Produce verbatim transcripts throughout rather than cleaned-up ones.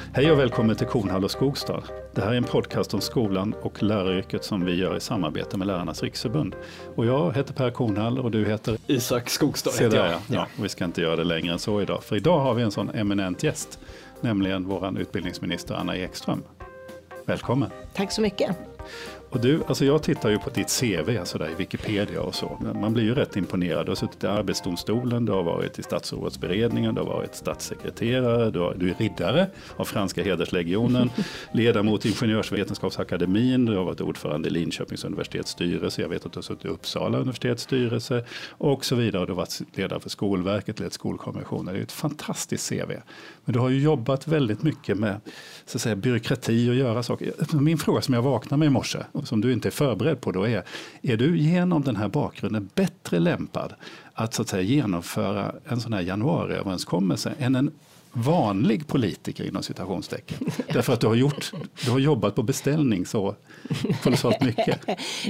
Hej och välkommen till Kornhall och Skogstad. Det här är en podcast om skolan och läraryrket som vi gör i samarbete med Lärarnas riksförbund. Och jag heter Per Kornhall och du heter Isak Skogstad. Se där, ja. Ja, vi ska inte göra det längre än så idag. För idag har vi en sån eminent gäst, nämligen vår utbildningsminister Anna Ekström. Välkommen. Tack så mycket. Och du, alltså jag tittar ju på ditt C V alltså där i Wikipedia och så. Man blir ju rätt imponerad. Du har suttit i Arbetsdomstolen, du har varit i Statsrådsberedningen, du har varit statssekreterare, du, har, du är riddare av Franska hederslegionen, ledamot i Ingenjörsvetenskapsakademin, du har varit ordförande i Linköpings universitetsstyrelse, jag vet att du har suttit i Uppsala universitetsstyrelse och så vidare. Du har varit ledare för Skolverket, lett skolkommissioner. Det är ett fantastiskt C V. Men du har ju jobbat väldigt mycket med så att säga, byråkrati och göra saker. Min fråga som jag vaknar med i morse, som du inte är förberedd på då är, är du genom den här bakgrunden bättre lämpad att så att säga genomföra en sån här januariöverenskommelse än en vanlig politiker inom citationstecken? Därför att du har, gjort, du har jobbat på beställning så kolossalt mycket.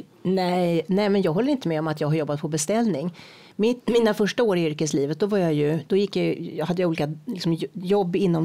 nej, nej, men jag håller inte med om att jag har jobbat på beställning. Min, mina första år i yrkeslivet, då, var jag ju, då gick jag, jag hade jag olika liksom, jobb inom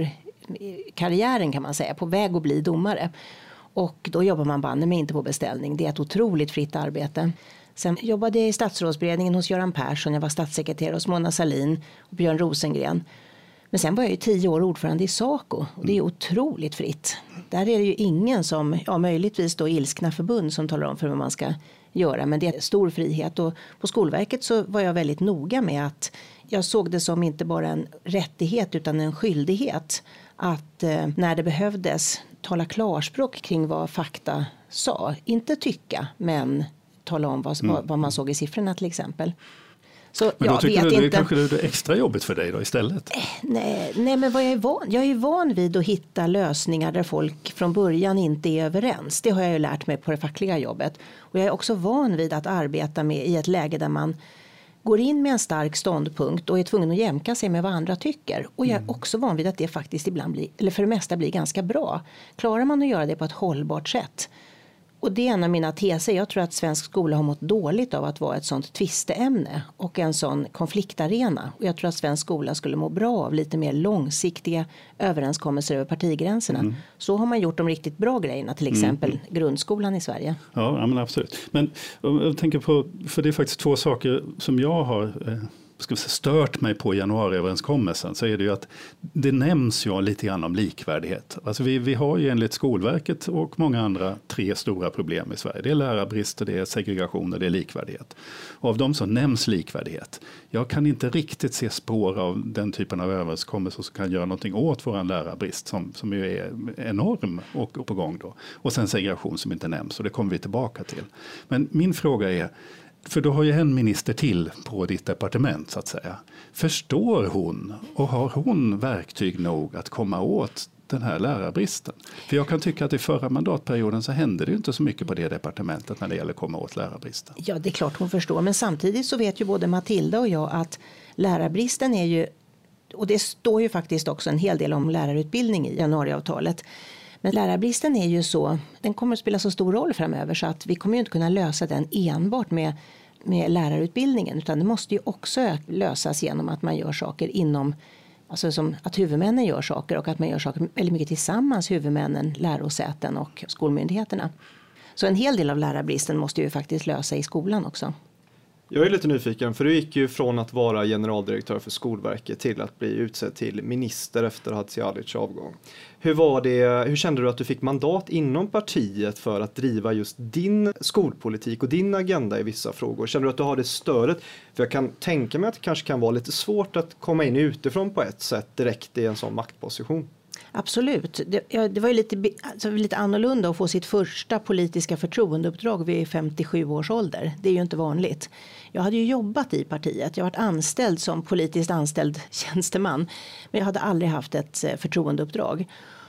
domarkarriären kan man säga, på väg att bli domare. Och då jobbar man banne mig inte på beställning. Det är ett otroligt fritt arbete. Sen jobbade jag i statsrådsberedningen hos Göran Persson. Jag var statssekreterare hos Mona Sahlin och Björn Rosengren. Men sen var jag ju tio år ordförande i SACO. Och det är otroligt fritt. Där är det ju ingen som, ja möjligtvis då ilskna förbund som talar om för vad man ska göra. Men det är stor frihet. Och på Skolverket så var jag väldigt noga med att jag såg det som inte bara en rättighet utan en skyldighet. Att eh, när det behövdes tala klarspråk kring vad fakta sa. Inte tycka, men tala om vad, mm. vad man såg i siffrorna till exempel. Så, men då jag tycker vet du det inte. Kanske det är extra jobbigt för dig då istället? Eh, nej, nej, men vad jag, är van, jag är van vid att hitta lösningar där folk från början inte är överens. Det har jag ju lärt mig på det fackliga jobbet. Och jag är också van vid att arbeta med i ett läge där man går in med en stark ståndpunkt och är tvungen att jämka sig med vad andra tycker. Och jag är också van vid att det faktiskt ibland blir, eller för det mesta blir ganska bra. Klarar man att göra det på ett hållbart sätt? Och det är en av mina teser. Jag tror att svensk skola har mått dåligt av att vara ett sånt tvisteämne och en sån konfliktarena. Och jag tror att svensk skola skulle må bra av lite mer långsiktiga överenskommelser över partigränserna. Mm. Så har man gjort de riktigt bra grejerna, till exempel mm. grundskolan i Sverige. Ja, men absolut. Men jag tänker på, för det är faktiskt två saker som jag har eh, ska vi säga, stört mig på januariöverenskommelsen, så är det ju att det nämns ju lite grann om likvärdighet. Alltså vi, vi har ju enligt Skolverket och många andra tre stora problem i Sverige. Det är lärarbrist, det är segregation och det är likvärdighet. Och av dem så nämns likvärdighet. Jag kan inte riktigt se spår av den typen av överenskommelser som kan göra någonting åt vår lärarbrist som, som ju är enorm och, och på gång då. Och sen segregation som inte nämns, och det kommer vi tillbaka till. Men min fråga är, för då har ju en minister till på ditt departement så att säga. Förstår hon och har hon verktyg nog att komma åt den här lärarbristen? För jag kan tycka att i förra mandatperioden så hände det ju inte så mycket på det departementet när det gäller att komma åt lärarbristen. Ja, det är klart hon förstår. Men samtidigt så vet ju både Matilda och jag att lärarbristen är ju, och det står ju faktiskt också en hel del om lärarutbildning i januariavtalet. Men lärarbristen är ju så, den kommer att spela så stor roll framöver så att vi kommer ju inte kunna lösa den enbart med, med lärarutbildningen, utan det måste ju också lösas genom att man gör saker inom, alltså som att huvudmännen gör saker och att man gör saker väldigt mycket tillsammans, huvudmännen, lärosäten och skolmyndigheterna. Så en hel del av lärarbristen måste ju faktiskt lösa i skolan också. Jag är lite nyfiken, för du gick ju från att vara generaldirektör för Skolverket till att bli utsedd till minister efter Hadzialics avgång. Hur var det, hur kände du att du fick mandat inom partiet för att driva just din skolpolitik och din agenda i vissa frågor? Kände du att du har det stödet? För jag kan tänka mig att det kanske kan vara lite svårt att komma in utifrån på ett sätt direkt i en sån maktposition. Absolut. Det, ja, det var ju lite, alltså, lite annorlunda att få sitt första politiska förtroendeuppdrag vid femtiosju års ålder. Det är ju inte vanligt. Jag hade ju jobbat i partiet. Jag har varit anställd som politiskt anställd tjänsteman. Men jag hade aldrig haft ett förtroendeuppdrag.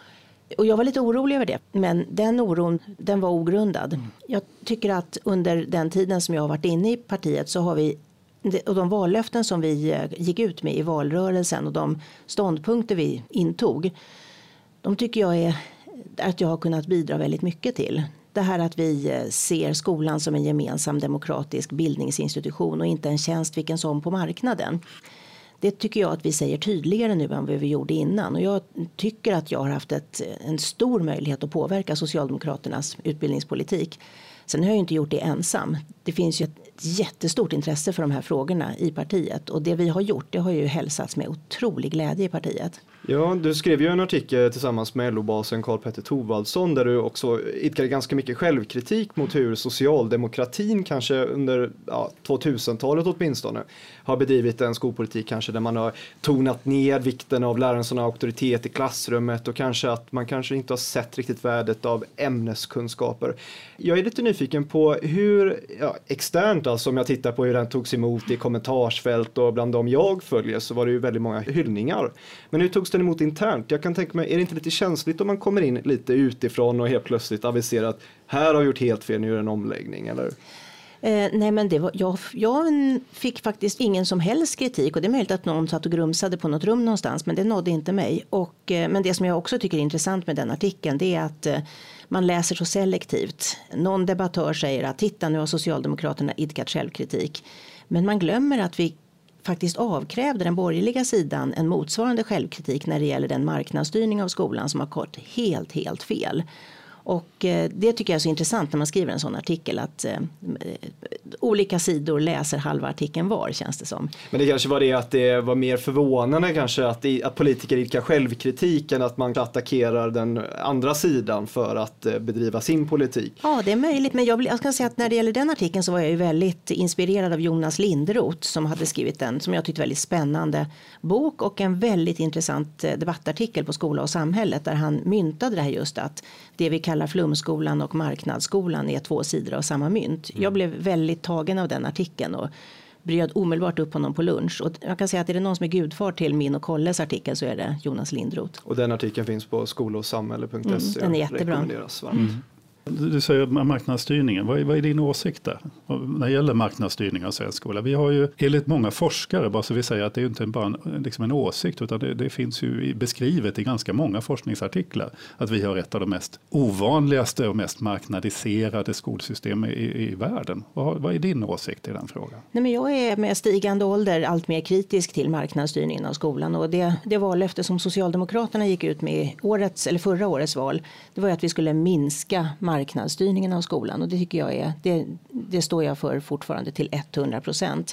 Och jag var lite orolig över det. Men den oron, den var ogrundad. Jag tycker att under den tiden som jag har varit inne i partiet så har vi, och de vallöften som vi gick ut med i valrörelsen och de ståndpunkter vi intog, de tycker jag är att jag har kunnat bidra väldigt mycket till. Det här att vi ser skolan som en gemensam demokratisk bildningsinstitution och inte en tjänst vilken som på marknaden. Det tycker jag att vi säger tydligare nu än vad vi gjorde innan. Och jag tycker att jag har haft ett, en stor möjlighet att påverka Socialdemokraternas utbildningspolitik. Sen har jag ju inte gjort det ensam. Det finns ju ett jättestort intresse för de här frågorna i partiet. Och det vi har gjort, det har ju hälsats med otrolig glädje i partiet. Ja, du skrev ju en artikel tillsammans med L O-basen Karl-Petter Thorwaldsson där du också idkade ganska mycket självkritik mot hur socialdemokratin kanske under ja, tvåtusentalet åtminstone har bedrivit en skolpolitik kanske där man har tonat ner vikten av lärarens auktoritet i klassrummet och kanske att man kanske inte har sett riktigt värdet av ämneskunskaper. Jag är lite nyfiken på hur ja, externt, alltså om jag tittar på hur den togs emot i kommentarsfält och bland dem jag följer så var det ju väldigt många hyllningar. Men hur togs den emot internt? Jag kan tänka mig, är det inte lite känsligt om man kommer in lite utifrån och helt plötsligt aviserar att här har vi gjort helt fel, nu är det en omläggning, eller? Eh, nej men det var, jag, jag fick faktiskt ingen som helst kritik och det är möjligt att någon satt och grumsade på något rum någonstans men det nådde inte mig. Och, eh, men det som jag också tycker är intressant med den artikeln det är att eh, man läser så selektivt. Någon debattör säger att titta nu har Socialdemokraterna idkat självkritik. Men man glömmer att vi faktiskt avkrävde den borgerliga sidan en motsvarande självkritik när det gäller den marknadsstyrning av skolan som har gått helt, helt fel. Och eh, det tycker jag är så intressant när man skriver en sån artikel att eh, olika sidor läser halva artikeln var, känns det som. Men det kanske var det att det var mer förvånande kanske att, det, att politiker idkar självkritik än att man attackerar den andra sidan för att eh, bedriva sin politik. Ja, det är möjligt, men jag, vill, jag ska säga att när det gäller den artikeln så var jag ju väldigt inspirerad av Jonas Linderoth som hade skrivit en, som jag tyckte väldigt spännande bok och en väldigt intressant eh, debattartikel på Skola och samhället där han myntade det här just att det vi kallar flumskolan och marknadsskolan är två sidor av samma mynt. Jag blev väldigt tagen av den artikeln och bröd omedelbart upp honom på lunch. Och jag kan säga att är det någon som är gudfar till min och Kolles artikel så är det Jonas Linderoth. Och den artikeln finns på skolosamhälle punkt se. Mm, den är jättebra. Rekommenderas varmt. Mm. Du säger marknadsstyrningen. Vad är, vad är din åsikt där när det gäller marknadsstyrning av svensk skola? Vi har ju enligt många forskare, bara så vi säger att det är inte bara en, liksom en åsikt utan det, det finns ju beskrivet i ganska många forskningsartiklar att vi har ett av de mest ovanligaste och mest marknadiserade skolsystem i, i världen. Vad, vad är din åsikt i den frågan? Nej, men jag är med stigande ålder allt mer kritisk till marknadsstyrningen av skolan och det, det vallöfte som Socialdemokraterna gick ut med i årets, eller förra årets val, det var att vi skulle minska marknadsstyrningen av skolan och det tycker jag är, det, det står jag för fortfarande till hundra procent.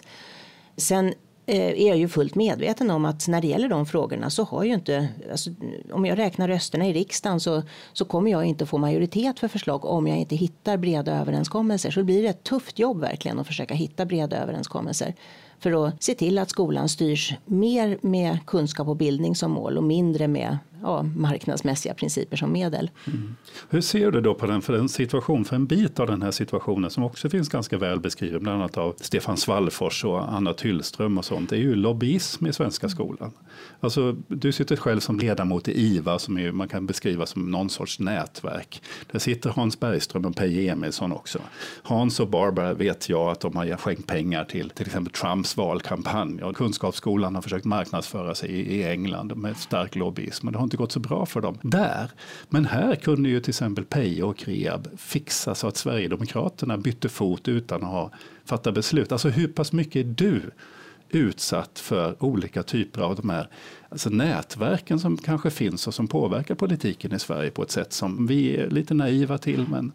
Sen eh, är jag ju fullt medveten om att när det gäller de frågorna så har ju inte, alltså, om jag räknar rösterna i riksdagen så, så kommer jag inte få majoritet för förslag om jag inte hittar breda överenskommelser. Så det blir ett tufft jobb verkligen att försöka hitta breda överenskommelser för att se till att skolan styrs mer med kunskap och bildning som mål och mindre med ja, marknadsmässiga principer som medel. Mm. Hur ser du då på den, för en situation, för en bit av den här situationen som också finns ganska väl beskriven bland annat av Stefan Svallfors och Anna Tyllström och sånt, det är ju lobbyism i svenska skolan. Alltså, du sitter själv som ledamot i I V A som är, man kan beskriva som någon sorts nätverk. Där sitter Hans Bergström och Peje Emilsson också. Hans och Barbara vet jag att de har skänkt pengar till till exempel Trumps valkampanj. Och Kunskapsskolan har försökt marknadsföra sig i, i England med stark lobbyism. Men det har inte gått så bra för dem där. Men här kunde ju till exempel Peje och Kreab fixa så att Sverigedemokraterna bytte fot utan att ha fattat beslut. Alltså hur pass mycket är du utsatt för olika typer av de här alltså nätverken som kanske finns och som påverkar politiken i Sverige på ett sätt som vi är lite naiva till, men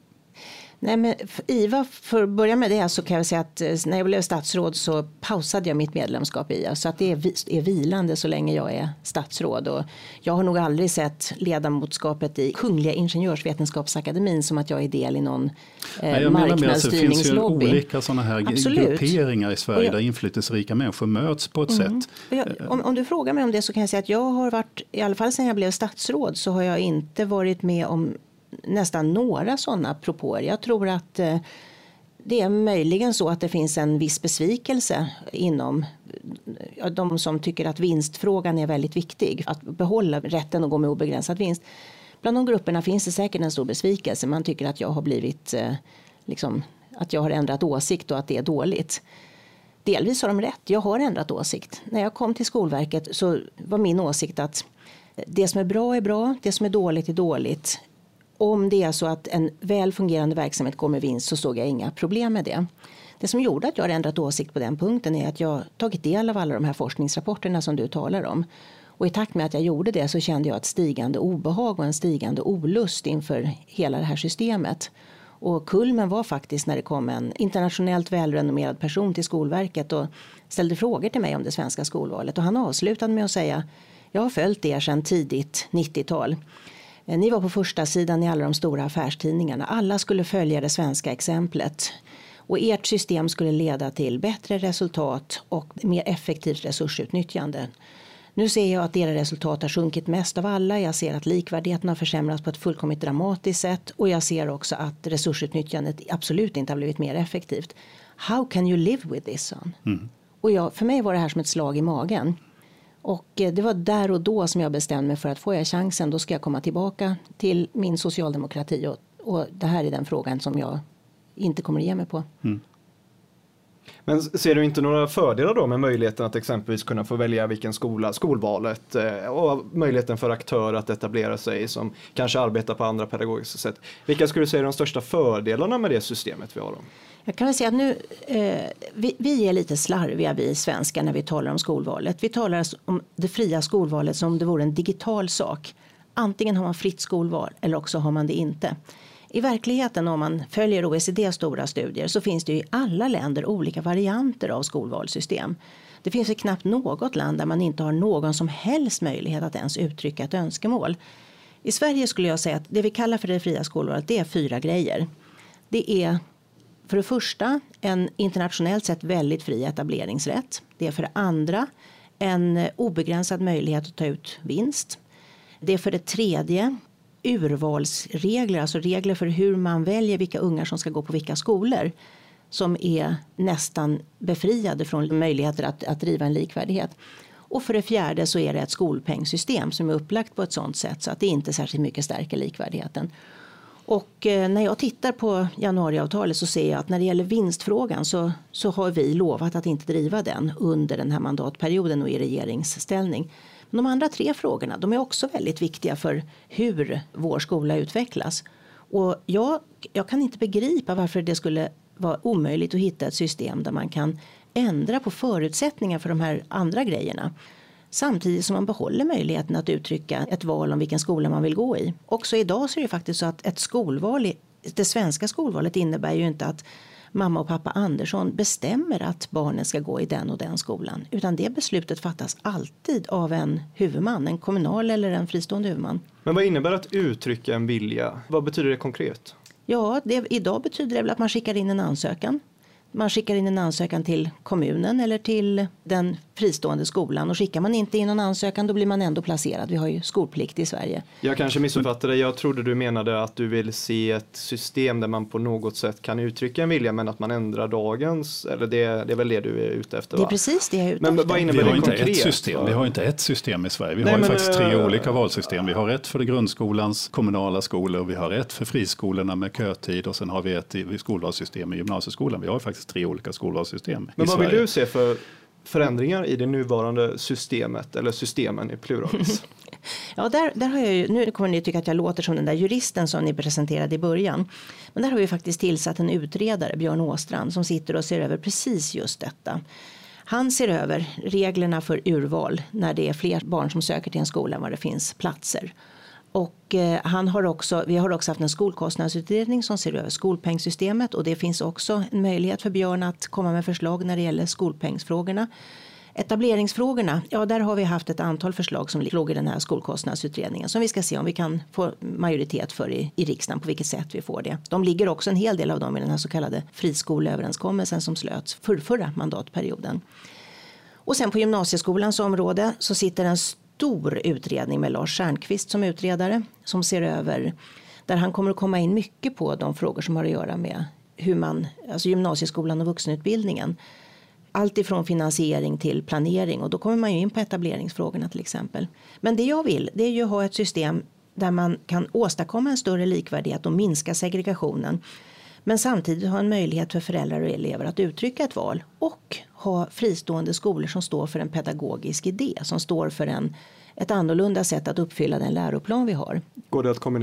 Nej, men I V A, för att börja med det så kan jag säga att när jag blev statsråd så pausade jag mitt medlemskap i I V A så att det är, är vilande så länge jag är statsråd och jag har nog aldrig sett ledamotskapet i Kungliga Ingenjörsvetenskapsakademin som att jag är del i någon eh, marknadsstyrningslobby. Det finns ju olika sådana här Absolut. grupperingar i Sverige jag, där inflytelserika människor möts på ett mm. sätt. Jag, om, om du frågar mig om det så kan jag säga att jag har varit, i alla fall sedan jag blev statsråd så har jag inte varit med om nästan några sådana propåer. Jag tror att eh, det är möjligen så att det finns en viss besvikelse inom ja, de som tycker att vinstfrågan är väldigt viktig. Att behålla rätten att gå med obegränsad vinst. Bland de grupperna finns det säkert en stor besvikelse. Man tycker att jag har blivit eh, liksom, att jag har ändrat åsikt och att det är dåligt. Delvis har de rätt. Jag har ändrat åsikt. När jag kom till Skolverket så var min åsikt att det som är bra är bra, det som är dåligt är dåligt. om det är så att en väl fungerande verksamhet går med vinst så såg jag inga problem med det. Det som gjorde att jag har ändrat åsikt på den punkten är att jag tagit del av alla de här forskningsrapporterna som du talar om. Och i takt med att jag gjorde det så kände jag ett stigande obehag och en stigande olust inför hela det här systemet. Och kulmen var faktiskt när det kom en internationellt välrenommerad person till Skolverket och ställde frågor till mig om det svenska skolvalet. Och han avslutade med att säga: jag har följt er sedan tidigt nittiotal. Ni var på första sidan i alla de stora affärstidningarna. Alla skulle följa det svenska exemplet. Och ert system skulle leda till bättre resultat och mer effektivt resursutnyttjande. Nu ser jag att era resultat har sjunkit mest av alla. Jag ser att likvärdigheten har försämrats på ett fullkomligt dramatiskt sätt. Och jag ser också att resursutnyttjandet absolut inte har blivit mer effektivt. How can you live with this, son? Mm. Och jag, för mig var det här som ett slag i magen. Och det var där och då som jag bestämde mig för att får jag chansen, då ska jag komma tillbaka till min socialdemokrati. Och, och det här är den frågan som jag inte kommer att ge mig på. Mm. Men ser du inte några fördelar då med möjligheten att exempelvis kunna få välja vilken skola, skolvalet och möjligheten för aktörer att etablera sig som kanske arbetar på andra pedagogiska sätt? Vilka skulle du säga är de största fördelarna med det systemet vi har då? Jag kan väl säga att nu, eh, vi, vi är lite slarviga vi svenskar när vi talar om skolvalet. Vi talar om det fria skolvalet som om det vore en digital sak. Antingen har man fritt skolval eller också har man det inte. I verkligheten, om man följer O E C D:s stora studier, så finns det ju i alla länder olika varianter av skolvalssystem. Det finns ju knappt något land där man inte har någon som helst möjlighet att ens uttrycka ett önskemål. I Sverige skulle jag säga att det vi kallar för det fria skolvalet, det är fyra grejer. Det är för det första en internationellt sett väldigt fri etableringsrätt. Det är för det andra en obegränsad möjlighet att ta ut vinst. Det är för det tredje urvalsregler, alltså regler för hur man väljer vilka ungar som ska gå på vilka skolor, som är nästan befriade från möjligheter att, att driva en likvärdighet. Och för det fjärde så är det ett skolpengsystem som är upplagt på ett sådant sätt så att det inte särskilt mycket stärker likvärdigheten. Och eh, när jag tittar på januariavtalet så ser jag att när det gäller vinstfrågan så, så har vi lovat att inte driva den under den här mandatperioden och i regeringsställning. Men de andra tre frågorna, de är också väldigt viktiga för hur vår skola utvecklas. Och jag, jag kan inte begripa varför det skulle vara omöjligt att hitta ett system där man kan ändra på förutsättningar för de här andra grejerna. Samtidigt som man behåller möjligheten att uttrycka ett val om vilken skola man vill gå i. Också idag så är det faktiskt så att ett skolval, det svenska skolvalet innebär ju inte att mamma och pappa Andersson bestämmer att barnen ska gå i den och den skolan. Utan det beslutet fattas alltid av en huvudman, en kommunal eller en fristående huvudman. Men vad innebär att uttrycka en vilja? Vad betyder det konkret? Ja, det, idag betyder det väl att man skickar in en ansökan. Man skickar in en ansökan till kommunen eller till den fristående skolan. Och skickar man inte in någon ansökan då blir man ändå placerad. Vi har ju skolplikt i Sverige. Jag kanske missuppfattade. Jag trodde du menade att du vill se ett system där man på något sätt kan uttrycka en vilja men att man ändrar dagens. Eller det, det är väl det du är ute efter, va? Det är precis det jag är ute men efter. Vad innebär vi har det inte konkret? Ett system. Vi har inte ett system i Sverige. Vi Nej, har ju men, faktiskt tre äh, olika valsystem. Vi har ett för grundskolans kommunala skolor. Vi har ett för friskolorna med kötid och sen har vi ett i skolvalssystem i gymnasieskolan. Vi har faktiskt tre olika skolvalssystem. System Men vad Sverige. vill du se för förändringar i det nuvarande systemet eller systemen i pluralis? Ja, där, där har jag ju, nu kommer ni tycka att jag låter som den där juristen som ni presenterade i början. Men där har vi faktiskt tillsatt en utredare, Björn Åstrand, som sitter och ser över precis just detta. Han ser över reglerna för urval när det är fler barn som söker till en skola än vad det finns platser. Och eh, han har också, vi har också haft en skolkostnadsutredning som ser över skolpengssystemet och det finns också en möjlighet för Björn att komma med förslag när det gäller skolpengsfrågorna. Etableringsfrågorna, ja där har vi haft ett antal förslag som låg i den här skolkostnadsutredningen som vi ska se om vi kan få majoritet för i, i riksdagen, på vilket sätt vi får det. De ligger också en hel del av dem i den här så kallade friskoleöverenskommelsen som slöts för förra mandatperioden. Och sen på gymnasieskolans område så sitter en stor utredning med Lars Stjernqvist som utredare som ser över, där han kommer att komma in mycket på de frågor som har att göra med hur man, alltså gymnasieskolan och vuxenutbildningen. Allt ifrån finansiering till planering och då kommer man ju in på etableringsfrågorna till exempel. Men det jag vill, det är ju att ha ett system där man kan åstadkomma en större likvärdighet och minska segregationen. Men samtidigt ha en möjlighet för föräldrar och elever att uttrycka ett val och ha fristående skolor som står för en pedagogisk idé, som står för en, ett annorlunda sätt att uppfylla den läroplan vi har. Går det att kombinera?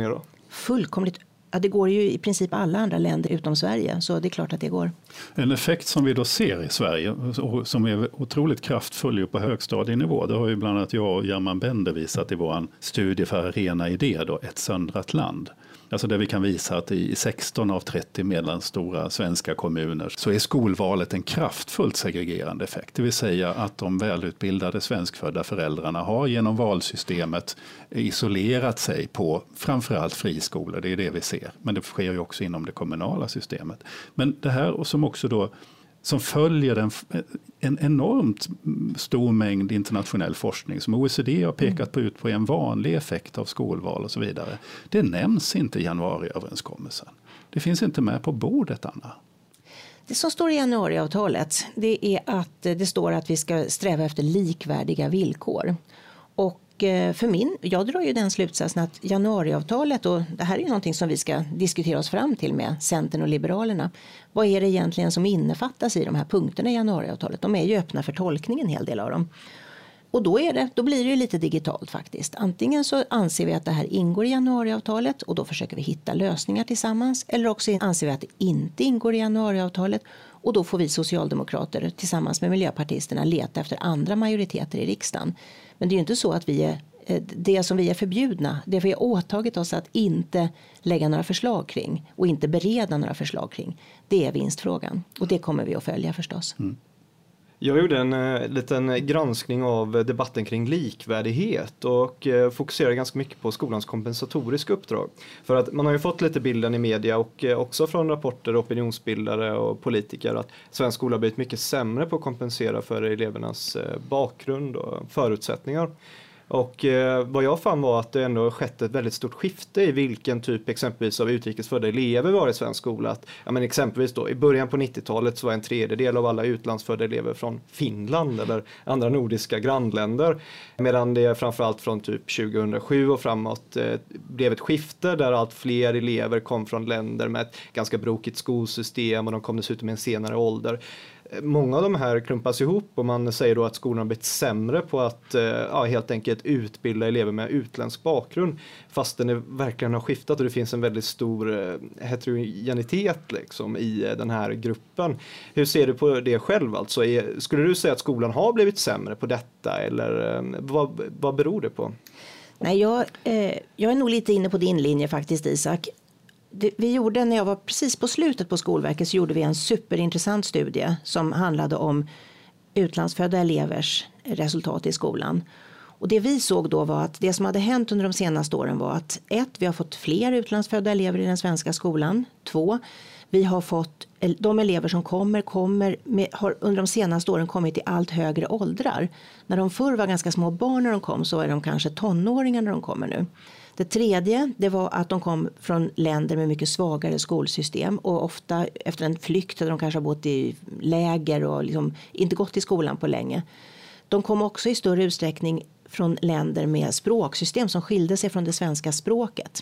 fullkomligt. Ja, det går ju i princip alla andra länder utom Sverige, så det är klart att det går. En effekt som vi då ser i Sverige och som är otroligt kraftfull på högstadienivå, det har ju bland annat jag och German Bender visat i vår studie för Arena Idé, då, ett söndrat land. Alltså där vi kan visa att i sexton av trettio mellanstora svenska kommuner så är skolvalet en kraftfullt segregerande effekt. Det vill säga att de välutbildade svenskfödda föräldrarna har genom valsystemet isolerat sig på framförallt friskolor. Det är det vi ser. Men det sker ju också inom det kommunala systemet. Men det här som också då som följer en, en enormt stor mängd internationell forskning som O E C D har pekat på ut på en vanlig effekt av skolval och så vidare. Det nämns inte i januariöverenskommelsen. Det finns inte med på bordet, Anna. Det som står i januariavtalet, det är att det står att vi ska sträva efter likvärdiga villkor. Och för min, jag drar ju den slutsatsen att januariavtalet, och det här är ju någonting som vi ska diskutera oss fram till med Centern och Liberalerna. Vad är det egentligen som innefattas i de här punkterna i januariavtalet? De är ju öppna för tolkning, en hel del av dem. Och då, är det, då blir det ju lite digitalt faktiskt. Antingen så anser vi att det här ingår i januariavtalet och då försöker vi hitta lösningar tillsammans. Eller också anser vi att det inte ingår i januariavtalet och då får vi socialdemokrater tillsammans med miljöpartisterna leta efter andra majoriteter i riksdagen. Men det är ju inte så att vi är, det som vi är förbjudna, det vi har åtagit oss att inte lägga några förslag kring och inte bereda några förslag kring, det är vinstfrågan. Och det kommer vi att följa förstås. Mm. Jag gjorde en eh, liten granskning av debatten kring likvärdighet och eh, fokuserade ganska mycket på skolans kompensatoriska uppdrag. För att man har ju fått lite bilden i media och eh, också från rapporter, opinionsbildare och politiker att svensk skola har blivit mycket sämre på att kompensera för elevernas eh, bakgrund och förutsättningar. Och eh, vad jag fann var att det ändå har skett ett väldigt stort skifte i vilken typ exempelvis av utrikesfödda elever var i svensk skola. Att, ja, men exempelvis då, i början på nittiotalet så var en tredjedel av alla utlandsfödda elever från Finland eller andra nordiska grannländer. Medan det framförallt från typ tjugohundrasju och framåt eh, blev ett skifte där allt fler elever kom från länder med ett ganska brokigt skolsystem och de kom dessutom i en senare ålder. Många av de här klumpas ihop och man säger då att skolan har blivit sämre på att ja, helt enkelt utbilda elever med utländsk bakgrund fast den verkligen har skiftat och det finns en väldigt stor heterogenitet liksom, i den här gruppen. Hur ser du på det själv? Alltså, är, skulle du säga att skolan har blivit sämre på detta eller vad, vad beror det på? Nej, jag, eh, jag är nog lite inne på din linje faktiskt, Isak. Det, vi gjorde, när jag var precis på slutet på Skolverket så gjorde vi en superintressant studie som handlade om utlandsfödda elevers resultat i skolan. Och det vi såg då var att det som hade hänt under de senaste åren var att ett, vi har fått fler utlandsfödda elever i den svenska skolan. Två, vi har fått, de elever som kommer, kommer med, har under de senaste åren kommit i allt högre åldrar. När de förr var ganska små barn när de kom så är de kanske tonåringar när de kommer nu. Det tredje, det var att de kom från länder med mycket svagare skolsystem och ofta efter en flykt där de kanske har bott i läger och liksom inte gått i skolan på länge. De kom också i större utsträckning från länder med språksystem som skilde sig från det svenska språket.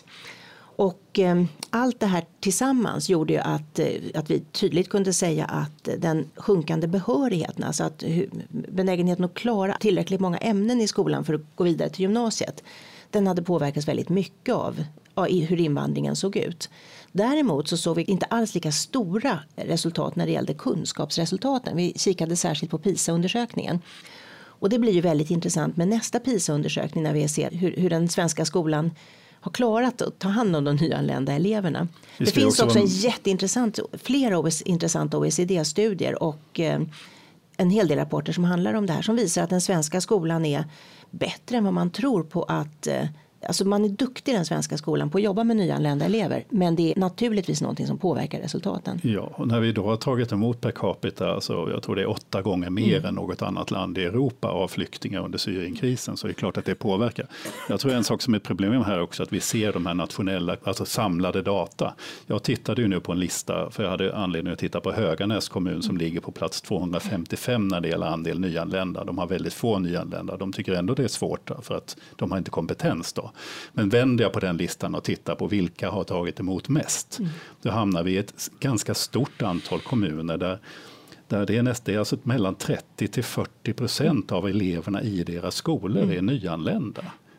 Och eh, allt det här tillsammans gjorde ju att, eh, att vi tydligt kunde säga att den sjunkande behörigheten, alltså att hu- benägenheten att klara tillräckligt många ämnen i skolan för att gå vidare till gymnasiet, den hade påverkats väldigt mycket av ja, i hur invandringen såg ut. Däremot så såg vi inte alls lika stora resultat när det gällde kunskapsresultaten. Vi kikade särskilt på PISA-undersökningen. Och det blir ju väldigt intressant med nästa PISA-undersökning när vi ser hur, hur den svenska skolan har klarat att ta hand om de nyanlända eleverna. Det finns också, också en jätteintressant, flera O E C, intressanta O E C D-studier och eh, en hel del rapporter som handlar om det här som visar att den svenska skolan är bättre än vad man tror på att eh, alltså man är duktig i den svenska skolan på att jobba med nyanlända elever, men det är naturligtvis någonting som påverkar resultaten. Ja, och när vi då har tagit emot per capita, alltså jag tror det är åtta gånger mer mm. än något annat land i Europa av flyktingar under Syrienkrisen, så är det klart att det påverkar. Jag tror en sak som är ett problem här också att vi ser de här nationella, alltså samlade data. Jag tittade ju nu på en lista, för jag hade anledning att titta på Höganäs kommun som ligger på plats tvåhundrafemtiofem när det gäller andel nyanlända. De har väldigt få nyanlända. De tycker ändå det är svårt för att de har inte kompetens då. Men vänder jag på den listan och tittar på vilka har tagit emot mest, mm. då hamnar vi i ett ganska stort antal kommuner där, där det är nästan alltså mellan trettio till fyrtio procent av eleverna i deras skolor mm. är nyanlända.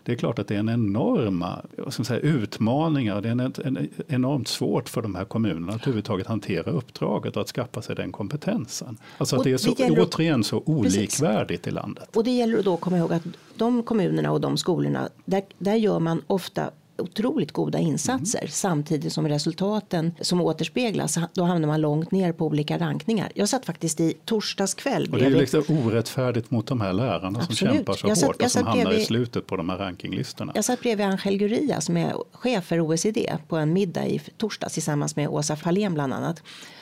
Det är klart att det är en enorma vad ska man säga, utmaningar. Det är en, en, enormt svårt för de här kommunerna att överhuvudtaget hantera uppdraget och att skaffa sig den kompetensen. Alltså att och det är så, det gäller, återigen så olikvärdigt precis. i landet. Och det gäller då att komma ihåg att de kommunerna och de skolorna, där, där gör man ofta otroligt goda insatser mm. samtidigt som resultaten som återspeglas, då hamnar man långt ner på olika rankningar. Jag satt faktiskt i torsdags kväll. Och det är ju liksom orättfärdigt mot de här lärarna Absolut. Som kämpar så satt, hårt och som bredvid, hamnar i slutet på de här rankinglistorna. Jag satt bredvid Angel Gurria som är chef för O E C D på en middag i torsdags tillsammans med Åsa Fahlén bland annat.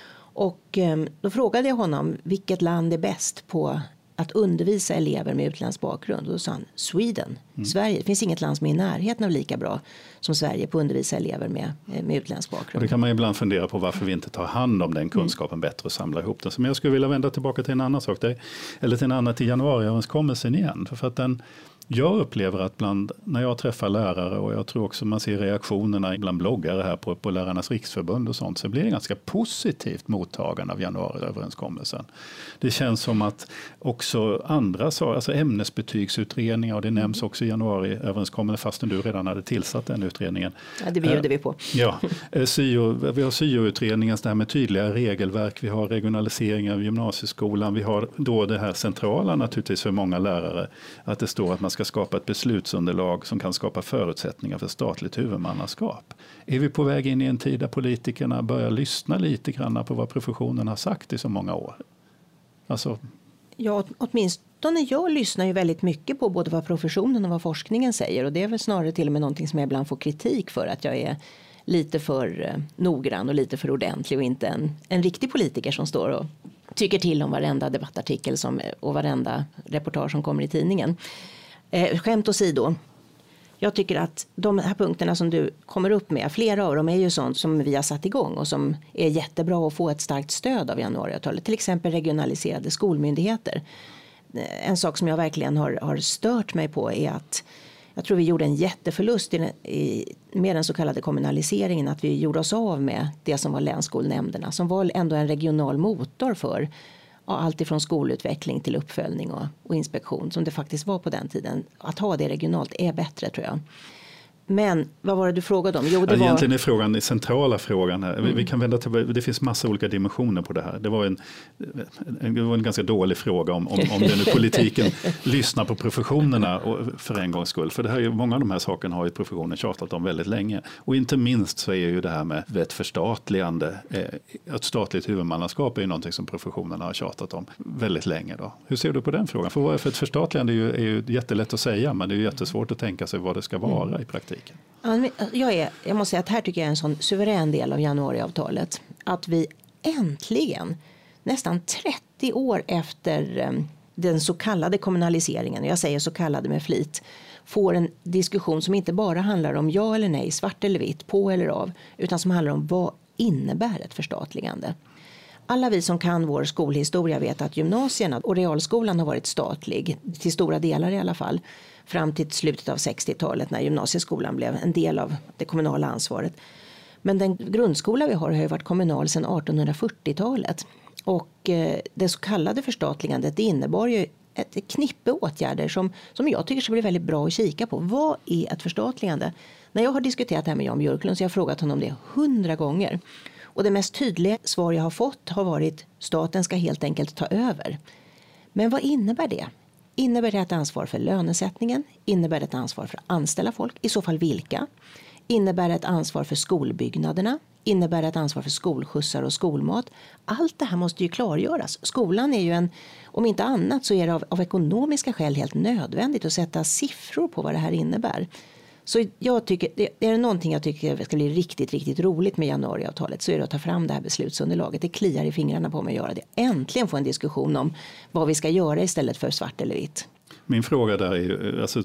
Och um, då frågade jag honom vilket land är bäst på att undervisa elever med utländsk bakgrund. Och då sa han Sweden, mm. Sverige. Det finns inget land som är i närheten av lika bra som Sverige på att undervisa elever med, med utländsk bakgrund. Och det kan man ibland fundera på varför vi inte tar hand om den kunskapen mm. bättre och samlar ihop den. Men jag skulle vilja vända tillbaka till en annan sak. Där, eller till en annan till januariöverenskommelsen igen. För, för att den, jag upplever att bland, när jag träffar lärare och jag tror också man ser reaktionerna bland bloggare här på, på Lärarnas riksförbund och sånt, så blir det ganska positivt mottagande av januariöverenskommelsen. Det känns som att också andra saker, alltså ämnesbetygsutredningar, och det nämns också i januariöverenskommelsen fastän du redan hade tillsatt den utredningen. Ja, det bjuder vi på. Ja, syo, vi har syo-utredningen där med tydliga regelverk, vi har regionalisering av gymnasieskolan, vi har då det här centrala naturligtvis för många lärare, att det står att man ska skapa ett beslutsunderlag som kan skapa förutsättningar för statligt huvudmannaskap. Är vi på väg in i en tid där politikerna börjar lyssna lite grann på vad professionen har sagt i så många år? Alltså... Ja, åtminstone jag lyssnar ju väldigt mycket på både vad professionen och vad forskningen säger. Och det är väl snarare till och med någonting som jag ibland får kritik för, att jag är lite för eh, noggrann och lite för ordentlig och inte en, en riktig politiker som står och tycker till om varenda debattartikel som, och varenda reportage som kommer i tidningen. Eh, skämt åsido. Jag tycker att de här punkterna som du kommer upp med, flera av dem är ju sånt som vi har satt igång och som är jättebra att få ett starkt stöd av januariavtalet. Till exempel regionaliserade skolmyndigheter. En sak som jag verkligen har, har stört mig på är att jag tror vi gjorde en jätteförlust i, i, med den så kallade kommunaliseringen, att vi gjorde oss av med det som var länsskolnämnderna, som var ändå en regional motor för ja, allt ifrån skolutveckling till uppföljning och, och inspektion som det faktiskt var på den tiden. Att ha det regionalt är bättre, tror jag. Men vad var det du frågade om? Jo, det ja, var... Egentligen är frågan, den centrala frågan här. Mm. Vi, vi kan vända till, det finns massa olika dimensioner på det här. Det var en, det var en ganska dålig fråga om, om, om den politiken lyssnar på professionerna och för en gångs skull. För det här är, många av de här sakerna har ju professionen tjatat om väldigt länge. Och inte minst så är ju det här med ett förstatligande, ett statligt huvudmannaskap är ju någonting som professionerna har tjatat om väldigt länge. Då. Hur ser du på den frågan? För, för ett förstatligande är ju, är ju jättelätt att säga, men det är ju jättesvårt att tänka sig vad det ska vara mm. i praktiken. Jag, är, jag måste säga att här tycker jag är en sån suverän del av januariavtalet. Att vi äntligen, nästan trettio år efter den så kallade kommunaliseringen, jag säger så kallade med flit, får en diskussion som inte bara handlar om ja eller nej, svart eller vitt, på eller av, utan som handlar om vad innebär ett förstatligande. Alla vi som kan vår skolhistoria vet att gymnasierna och realskolan har varit statlig, till stora delar i alla fall, fram till slutet av sextiotalet när gymnasieskolan blev en del av det kommunala ansvaret. Men den grundskola vi har har ju varit kommunal sedan artonhundrafyrtiotalet. Och eh, det så kallade förstatligandet innebar ju ett knippe åtgärder som, som jag tycker ska bli väldigt bra att kika på. Vad är ett förstatligande? När jag har diskuterat det här med Jan Björklund så har jag frågat honom det hundra gånger. Och det mest tydliga svar jag har fått har varit staten ska helt enkelt ta över. Men vad innebär det? Innebär det ett ansvar för lönesättningen? Innebär det ett ansvar för att anställa folk? I så fall vilka? Innebär det ett ansvar för skolbyggnaderna? Innebär det ett ansvar för skolskjutsar och skolmat? Allt det här måste ju klargöras. Skolan är ju en, om inte annat så är det av, av ekonomiska skäl helt nödvändigt att sätta siffror på vad det här innebär. Så jag tycker, är det någonting jag tycker ska bli riktigt, riktigt roligt med januariavtalet så är det att ta fram det här beslutsunderlaget. Det kliar i fingrarna på mig att göra det. Äntligen få en diskussion om vad vi ska göra istället för svart eller vitt. Min fråga där är ju, alltså,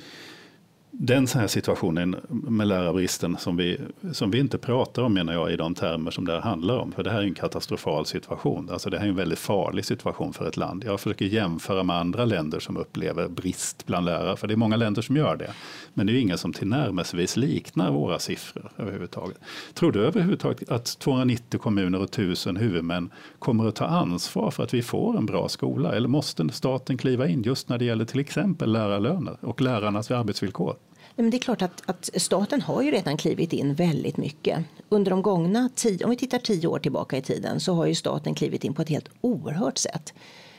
den så här situationen med lärarbristen som vi, som vi inte pratar om menar jag i de termer som det här handlar om. För det här är en katastrofal situation. Alltså det här är en väldigt farlig situation för ett land. Jag försöker jämföra med andra länder som upplever brist bland lärare. För det är många länder som gör det. Men det är inga som tillnärmelsevis liknar våra siffror överhuvudtaget. Tror du överhuvudtaget att tvåhundranittio kommuner och tusen huvudmän kommer att ta ansvar för att vi får en bra skola? Eller måste staten kliva in just när det gäller till exempel lärarlöner och lärarnas arbetsvillkor? Men det är klart att, att staten har ju redan klivit in väldigt mycket. Under de gångna tio, om vi tittar tio år tillbaka i tiden, så har ju staten klivit in på ett helt oerhört sätt.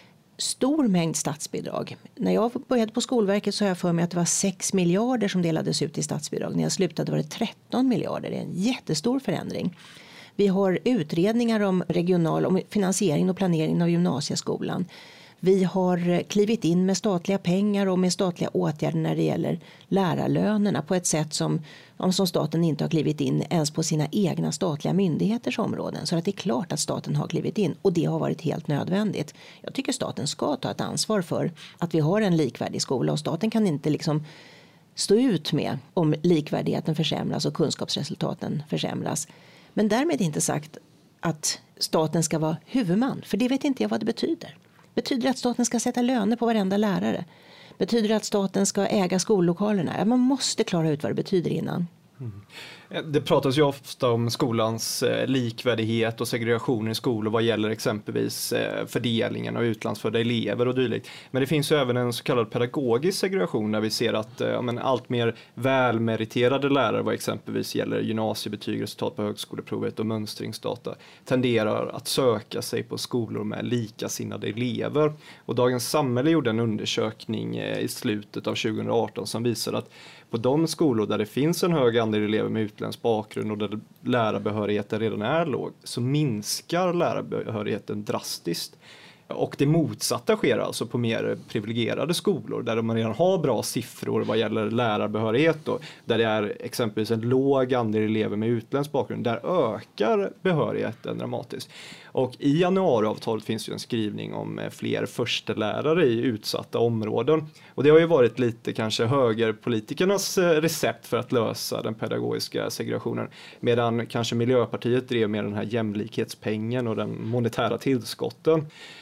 Stor mängd statsbidrag. När jag började på Skolverket så har jag för mig att det var sex miljarder som delades ut i statsbidrag. När jag slutade var det tretton miljarder. Det är en jättestor förändring. Vi har utredningar om regional om finansiering och planering av gymnasieskolan. Vi har klivit in med statliga pengar och med statliga åtgärder när det gäller lärarlönerna på ett sätt som, som staten inte har klivit in ens på sina egna statliga myndigheters områden. Så att det är klart att staten har klivit in och det har varit helt nödvändigt. Jag tycker staten ska ta ett ansvar för att vi har en likvärdig skola och staten kan inte liksom stå ut med om likvärdigheten försämras och kunskapsresultaten försämras. Men därmed inte sagt att staten ska vara huvudman, för det vet inte jag vad det betyder. Betyder det att staten ska sätta löner på varenda lärare? Betyder det att staten ska äga skollokalerna? Man måste klara ut vad det betyder innan. Mm. Det pratas ju ofta om skolans likvärdighet och segregation i skolor vad gäller exempelvis fördelningen av utlandsfödda elever och dylikt. Men det finns ju även en så kallad pedagogisk segregation där vi ser att ja, men allt mer välmeriterade lärare vad exempelvis gäller gymnasiebetyg, resultat på högskoleprovet och mönstringsdata tenderar att söka sig på skolor med likasinnade elever. Och Dagens Samhälle gjorde en undersökning i slutet av tjugo arton som visar att på de skolor där det finns en hög andel elever med utländsk bakgrund och där lärarbehörigheten redan är låg så minskar lärarbehörigheten drastiskt. Och det motsatta sker alltså på mer privilegierade skolor där man redan har bra siffror vad gäller lärarbehörighet och där det är exempelvis en låg andel elever med utländsk bakgrund. Där ökar behörigheten dramatiskt. Och i januariavtalet finns ju en skrivning om fler förstelärare i utsatta områden. Och det har ju varit lite kanske högerpolitikernas recept för att lösa den pedagogiska segregationen. Medan kanske Miljöpartiet drev med den här jämlikhetspengen och den monetära tillskotten.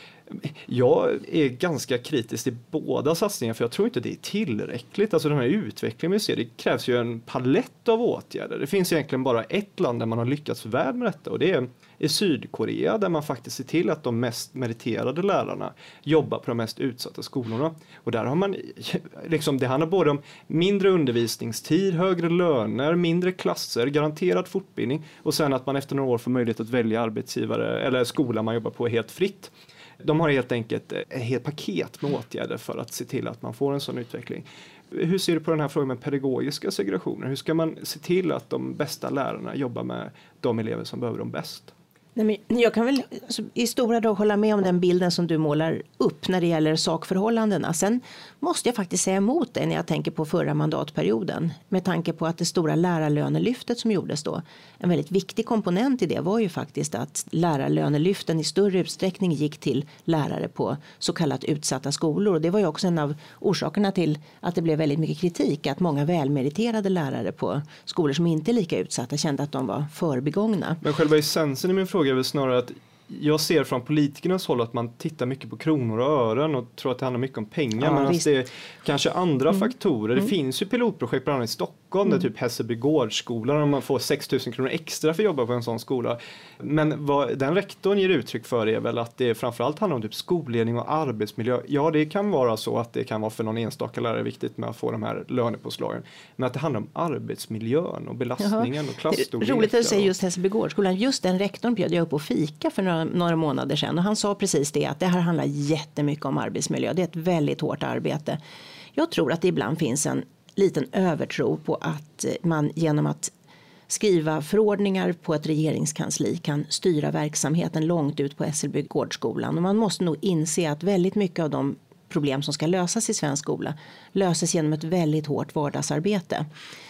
Jag är ganska kritisk till båda satsningarna för jag tror inte det är tillräckligt. Alltså den här utvecklingen vi ser, det krävs ju en palett av åtgärder. Det finns egentligen bara ett land där man har lyckats väl med detta och det är i Sydkorea där man faktiskt ser till att de mest meriterade lärarna jobbar på de mest utsatta skolorna. Och där har man, liksom, det handlar både om mindre undervisningstid, högre löner, mindre klasser, garanterad fortbildning och sen att man efter några år får möjlighet att välja arbetsgivare eller skola man jobbar på helt fritt. De har helt enkelt ett helt paket med åtgärder för att se till att man får en sån utveckling. Hur ser du på den här frågan med pedagogiska segregationer? Hur ska man se till att de bästa lärarna jobbar med de elever som behöver dem bäst? Nej, men jag kan väl alltså, i stora drag hålla med om den bilden som du målar upp när det gäller sakförhållandena. Sen måste jag faktiskt säga emot dig när jag tänker på förra mandatperioden. Med tanke på att det stora lärarlönelyftet som gjordes då, en väldigt viktig komponent i det var ju faktiskt att lärarlönelyften i större utsträckning gick till lärare på så kallat utsatta skolor. Och det var ju också en av orsakerna till att det blev väldigt mycket kritik. Att många välmeriterade lärare på skolor som inte är lika utsatta kände att de var förbigångna. Men själva essensen i min fråga är väl snarare att jag ser från politikernas håll att man tittar mycket på kronor och ören och tror att det handlar mycket om pengar. Ja, men alltså det är kanske andra mm. faktorer. Det mm. finns ju pilotprojekt bland annat i Stockholm mm. där typ Hässelby gårdsskolan och man får sex tusen kronor extra för att jobba på en sån skola. Men vad den rektorn ger uttryck för är väl att det framförallt handlar om typ skolledning och arbetsmiljö. Ja, det kan vara så att det kan vara för någon enstaka lärare viktigt med att få de här lönepåslagen. Men att det handlar om arbetsmiljön och belastningen Jaha. och klasstorleken. Roligt att du säger just Hässelby gårdsskolan. Just den rektorn bjöd jag upp och fika för några, några månader sedan. Och han sa precis det, att det här handlar jättemycket om arbetsmiljö. Det är ett väldigt hårt arbete. Jag tror att det ibland finns en liten övertro på att man genom att skriva förordningar på ett regeringskansli kan styra verksamheten långt ut på Hässelby gårdsskolan. Och man måste nog inse att väldigt mycket av de problem som ska lösas i svensk skola löses genom ett väldigt hårt vardagsarbete.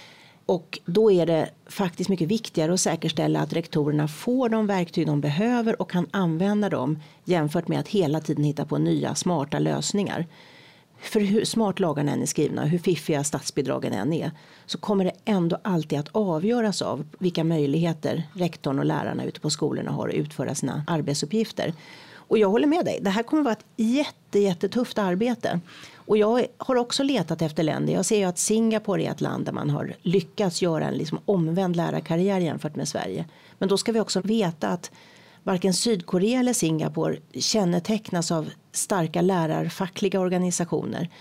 Och då är det faktiskt mycket viktigare att säkerställa att rektorerna får de verktyg de behöver och kan använda dem jämfört med att hela tiden hitta på nya smarta lösningar. För hur smart lagarna än är skrivna, hur fiffiga statsbidragen än är, så kommer det ändå alltid att avgöras av vilka möjligheter rektorn och lärarna ute på skolorna har att utföra sina arbetsuppgifter. Och jag håller med dig, det här kommer att vara ett jätte, jättetufft arbete. Och jag har också letat efter länder. Jag ser ju att Singapore är ett land där man har lyckats göra en liksom omvänd lärarkarriär jämfört med Sverige. Men då ska vi också veta att varken Sydkorea eller Singapore kännetecknas av starka lärarfackliga organisationer.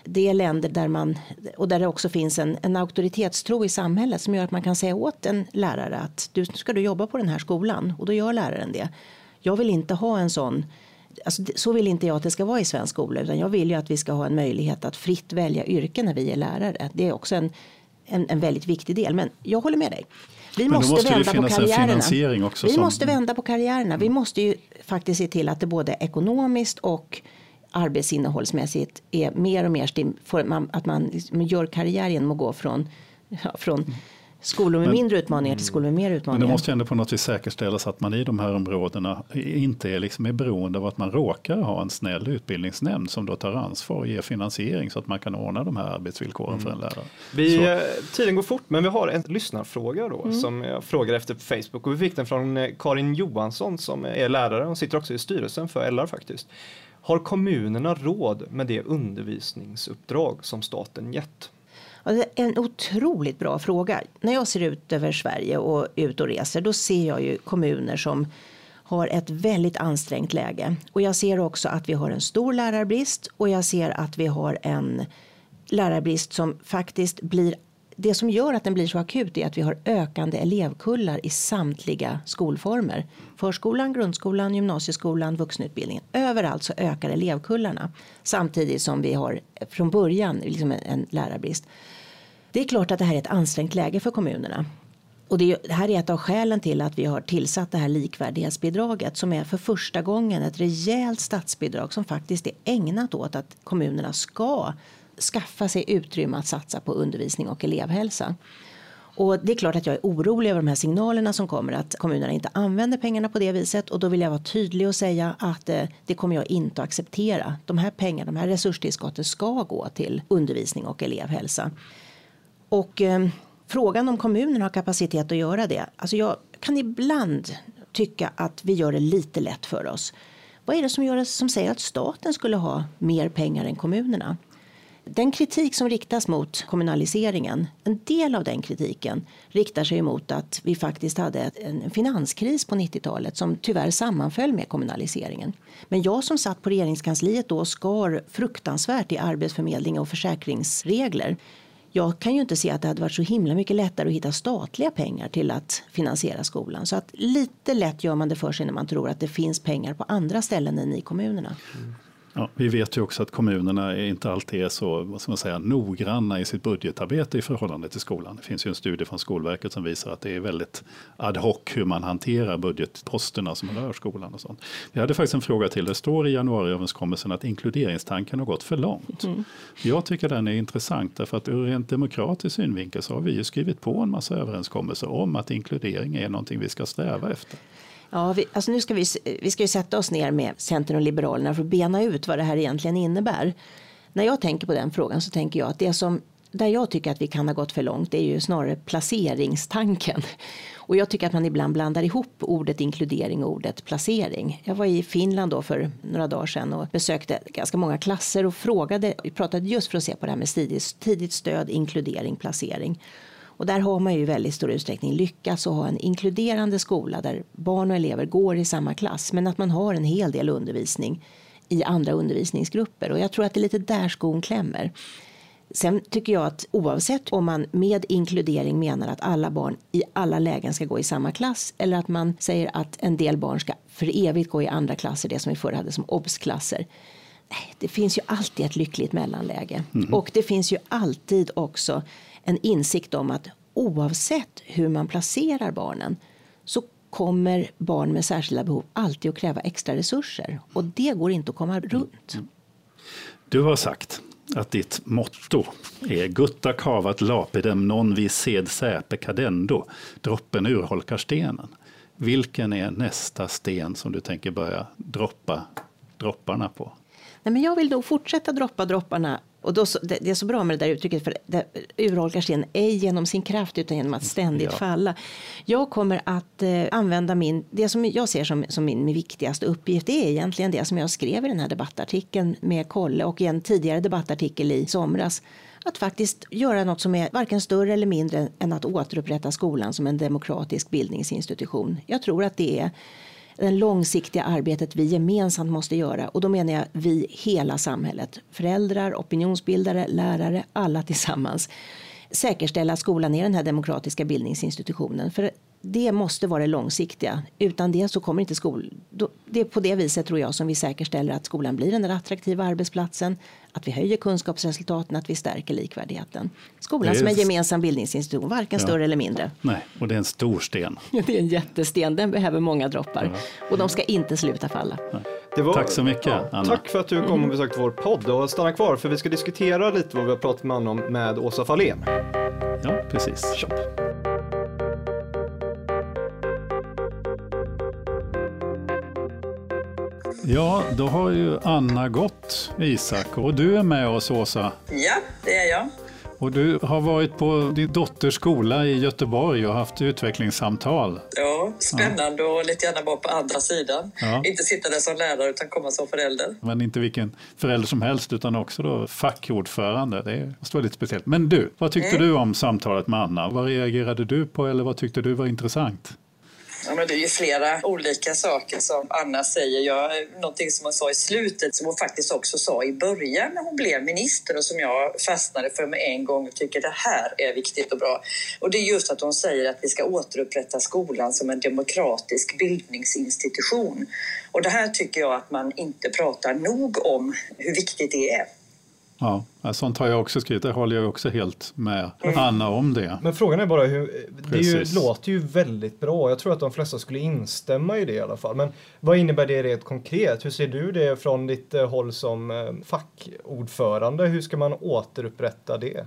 det är länder där man, och där det också finns en, en auktoritetstro i samhället som gör att man kan säga åt en lärare att du ska du jobba på den här skolan, och då gör läraren det. Jag vill inte ha en sån, alltså, så vill inte jag att det ska vara i svensk skola, utan jag vill ju att vi ska ha en möjlighet att fritt välja yrke när vi är lärare. Det är också en, en, en väldigt viktig del, men jag håller med dig. Vi måste, måste vända på karriärerna. Också vi som... måste vända på karriärerna. Vi måste ju faktiskt se till att det både ekonomiskt och arbetsinnehållsmässigt är mer och mer stim- för man, att man liksom gör karriär genom att gå från, ja, från skolor med men, mindre utmaningar till skolor med mer utmaningar. Men det måste ju ändå på något vis säkerställas att man i de här områdena inte är, liksom är beroende av att man råkar ha en snäll utbildningsnämnd som då tar ansvar och ger finansiering så att man kan ordna de här arbetsvillkoren mm. för en lärare. Vi, tiden går fort, men vi har en lyssnarfråga då mm. som jag frågar efter på Facebook, och vi fick den från Karin Johansson som är lärare och sitter också i styrelsen för L R faktiskt. Har kommunerna råd med det undervisningsuppdrag som staten gett? Ja, det är en otroligt bra fråga. När jag ser ut över Sverige och ut och reser, då ser jag ju kommuner som har ett väldigt ansträngt läge. Och jag ser också att vi har en stor lärarbrist, och jag ser att vi har en lärarbrist som faktiskt blir, det som gör att den blir så akut är att vi har ökande elevkullar i samtliga skolformer. Förskolan, grundskolan, gymnasieskolan, vuxenutbildningen. Överallt så ökar elevkullarna samtidigt som vi har från början liksom en, en lärarbrist. Det är klart att det här är ett ansträngt läge för kommunerna. Och det, det här är ett av skälen till att vi har tillsatt det här likvärdighetsbidraget som är för första gången ett rejält statsbidrag som faktiskt är ägnat åt att kommunerna ska skaffa sig utrymme att satsa på undervisning och elevhälsa. Och det är klart att jag är orolig över de här signalerna som kommer att kommunerna inte använder pengarna på det viset, och då vill jag vara tydlig och säga att eh, det kommer jag inte att acceptera. De här pengarna, de här resurstillskotten ska gå till undervisning och elevhälsa. Och eh, frågan om kommunerna har kapacitet att göra det, alltså jag kan ibland tycka att vi gör det lite lätt för oss. Vad är det som, gör det, som säger att staten skulle ha mer pengar än kommunerna? Den kritik som riktas mot kommunaliseringen, en del av den kritiken riktar sig emot att vi faktiskt hade en finanskris på nittiotalet som tyvärr sammanföll med kommunaliseringen. Men jag som satt på regeringskansliet då skar fruktansvärt i arbetsförmedling och försäkringsregler. Jag kan ju inte se att det hade varit så himla mycket lättare att hitta statliga pengar till att finansiera skolan. Så att lite lätt gör man det för sig när man tror att det finns pengar på andra ställen än i kommunerna. Mm. Ja, vi vet ju också att kommunerna inte alltid är så, vad ska man säga, noggranna i sitt budgetarbete i förhållande till skolan. Det finns ju en studie från Skolverket som visar att det är väldigt ad hoc hur man hanterar budgetposterna som rör skolan och sånt. Vi hade faktiskt en fråga till. Det står i januariöverenskommelsen att inkluderingstanken har gått för långt. Mm. Jag tycker den är intressant därför att ur rent demokratisk synvinkel så har vi ju skrivit på en massa överenskommelser om att inkludering är någonting vi ska sträva efter. Ja, vi, alltså nu ska vi, vi ska ju sätta oss ner med Centern och Liberalerna för att bena ut vad det här egentligen innebär. När jag tänker på den frågan så tänker jag att det som, där jag tycker att vi kan ha gått för långt är ju snarare placeringstanken. Och jag tycker att man ibland blandar ihop ordet inkludering och ordet placering. Jag var i Finland då för några dagar sedan och besökte ganska många klasser och frågade, vi pratade just för att se på det här med tidigt, tidigt stöd, inkludering, placering. Och där har man ju i väldigt stor utsträckning lyckats att ha en inkluderande skola där barn och elever går i samma klass. Men att man har en hel del undervisning i andra undervisningsgrupper. Och jag tror att det är lite där skon klämmer. Sen tycker jag att oavsett om man med inkludering menar att alla barn i alla lägen ska gå i samma klass. Eller att man säger att en del barn ska för evigt gå i andra klasser, det som vi förr hade som obsklasser. Det finns ju alltid ett lyckligt mellanläge. Mm. Och det finns ju alltid också en insikt om att oavsett hur man placerar barnen så kommer barn med särskilda behov alltid att kräva extra resurser. Och det går inte att komma runt. Mm. Du har sagt att ditt motto är gutta kavat lapidem non vi sed säpe cadendo. Droppen urholkar stenen. Vilken är nästa sten som du tänker börja droppa dropparna på? Nej, men jag vill då fortsätta droppa dropparna. Och då, det, det är så bra med det där uttrycket, för det urholkar stenen ej genom sin kraft utan genom att ständigt ja. falla. Jag kommer att eh, använda min, det som jag ser som, som min, min viktigaste uppgift, det är egentligen det som jag skrev i den här debattartikeln med Kolle och i en tidigare debattartikel i somras. Att faktiskt göra något som är varken större eller mindre än att återupprätta skolan som en demokratisk bildningsinstitution. Jag tror att det är det långsiktiga arbetet vi gemensamt måste göra. Och då menar jag vi, hela samhället. Föräldrar, opinionsbildare, lärare, alla tillsammans. Säkerställa att skolan är den här demokratiska bildningsinstitutionen. För det måste vara det långsiktiga. Utan det så kommer inte skol... Det är på det viset tror jag som vi säkerställer att skolan blir den där attraktiva arbetsplatsen. Att vi höjer kunskapsresultaten, att vi stärker likvärdigheten. Skolan är... som en gemensam bildningsinstitution, varken ja. större eller mindre. Nej, och det är en stor sten. Det är en jättesten, den behöver många droppar. Ja. Och de ska inte sluta falla. Ja. Det var, tack så mycket, ja, Anna. Tack för att du kom och besökte vår podd. Och stanna kvar för vi ska diskutera lite vad vi har pratat med Anna om med Åsa Fahlén. Ja, precis. Köp. Ja, då har ju Anna gått, Isak, och du är med oss, Åsa. Ja, det är jag. Och du har varit på din dotters skola i Göteborg och haft utvecklingssamtal. Ja, spännande ja. och lite gärna vara på andra sidan. Ja. Inte sitta där som lärare utan komma som förälder. Men inte vilken förälder som helst utan också då fackordförande. Det måste vara lite speciellt. Men du, vad tyckte mm. du om samtalet med Anna? Vad reagerade du på eller vad tyckte du var intressant? Ja, men det är ju flera olika saker som Anna säger. Jag, någonting som hon sa i slutet som hon faktiskt också sa i början när hon blev minister och som jag fastnade för med en gång och tycker det här är viktigt och bra. Och det är just att hon säger att vi ska återupprätta skolan som en demokratisk bildningsinstitution. Och det här tycker jag att man inte pratar nog om hur viktigt det är. Ja, sånt har jag också skrivit. Det håller jag också helt med mm. Anna om det. Men frågan är bara hur... Det är ju, låter ju väldigt bra. Jag tror att de flesta skulle instämma i det i alla fall. Men vad innebär det rent konkret? Hur ser du det från ditt håll som fackordförande? Hur ska man återupprätta det?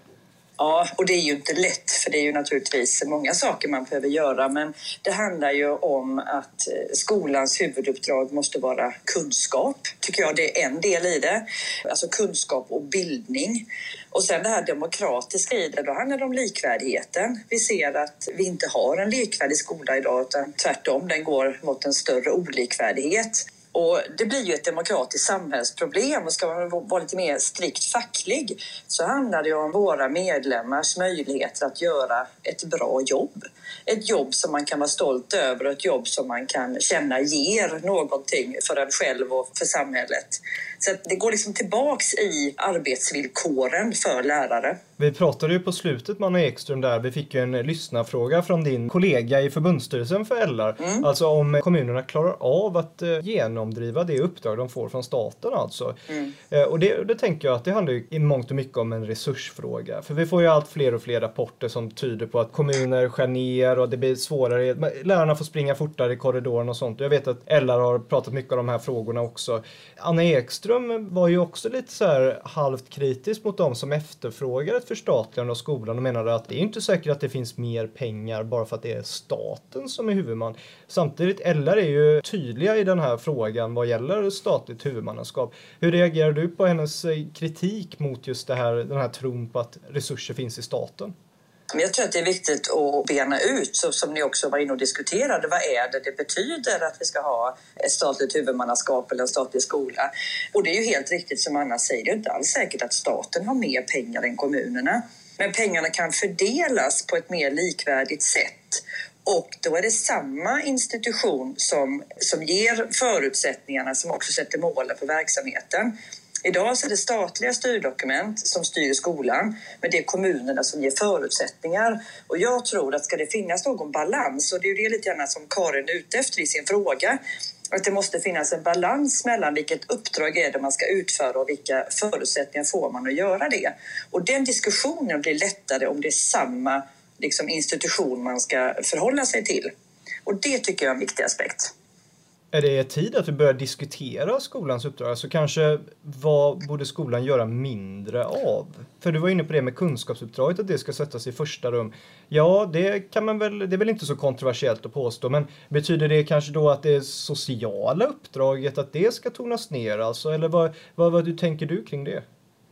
Ja, och det är ju inte lätt för det är ju naturligtvis många saker man behöver göra. Men det handlar ju om att skolans huvuduppdrag måste vara kunskap. Tycker jag det är en del i det. Alltså kunskap och bildning. Och sen det här demokratiska i det, då handlar det om likvärdigheten. Vi ser att vi inte har en likvärdig skola idag utan tvärtom, den går mot en större olikvärdighet. Och det blir ju ett demokratiskt samhällsproblem och ska man vara lite mer strikt facklig så handlar det om våra medlemmars möjligheter att göra ett bra jobb. Ett jobb som man kan vara stolt över och ett jobb som man kan känna ger någonting för en själv och för samhället. Så att det går liksom tillbaks i arbetsvillkoren för lärare. Vi pratade ju på slutet med Anna Ekström där. Vi fick ju en lyssnarfråga från din kollega i förbundsstyrelsen för L R. Mm. Alltså om kommunerna klarar av att eh, genomdriva det uppdrag de får från staten alltså. Mm. Eh, och det, det tänker jag att det handlar ju i mångt och mycket om en resursfråga. För vi får ju allt fler och fler rapporter som tyder på att kommuner skär ner och det blir svårare. Lärarna får springa fortare i korridoren och sånt. Jag vet att L R har pratat mycket om de här frågorna också. Anna Ekström var ju också lite så här halvt kritisk mot dem som efterfrågar ett förstatligande av skolan och menade att det är inte säkert att det finns mer pengar bara för att det är staten som är huvudman. Samtidigt, L R är ju tydliga i den här frågan vad gäller statligt huvudmannaskap. Hur reagerar du på hennes kritik mot just det här, den här tron på att resurser finns i staten? Men jag tror att det är viktigt att bena ut, så som ni också var inne och diskuterade, vad är det det betyder att vi ska ha ett statligt huvudmannaskap eller en statlig skola. Och det är ju helt riktigt som Anna säger, det är inte alls säkert att staten har mer pengar än kommunerna. Men pengarna kan fördelas på ett mer likvärdigt sätt. Och då är det samma institution som, som ger förutsättningarna som också sätter målen för verksamheten. Idag så är det statliga styrdokument som styr skolan, men det är kommunerna som ger förutsättningar. Och jag tror att ska det finnas någon balans, och det är ju det lite grann som Karin är ute efter i sin fråga, att det måste finnas en balans mellan vilket uppdrag är det man ska utföra och vilka förutsättningar får man att göra det. Och den diskussionen blir lättare om det är samma liksom, institution man ska förhålla sig till. Och det tycker jag är en viktig aspekt. Är det tid att vi börjar diskutera skolans uppdrag? Alltså kanske vad borde skolan göra mindre av? För du var inne på det med kunskapsuppdraget, att det ska sättas i första rum. Ja, det kan man väl, det är väl inte så kontroversiellt att påstå, men betyder det kanske då att det sociala uppdraget, att det ska tonas ner? Alltså, eller vad, vad, vad du tänker du kring det?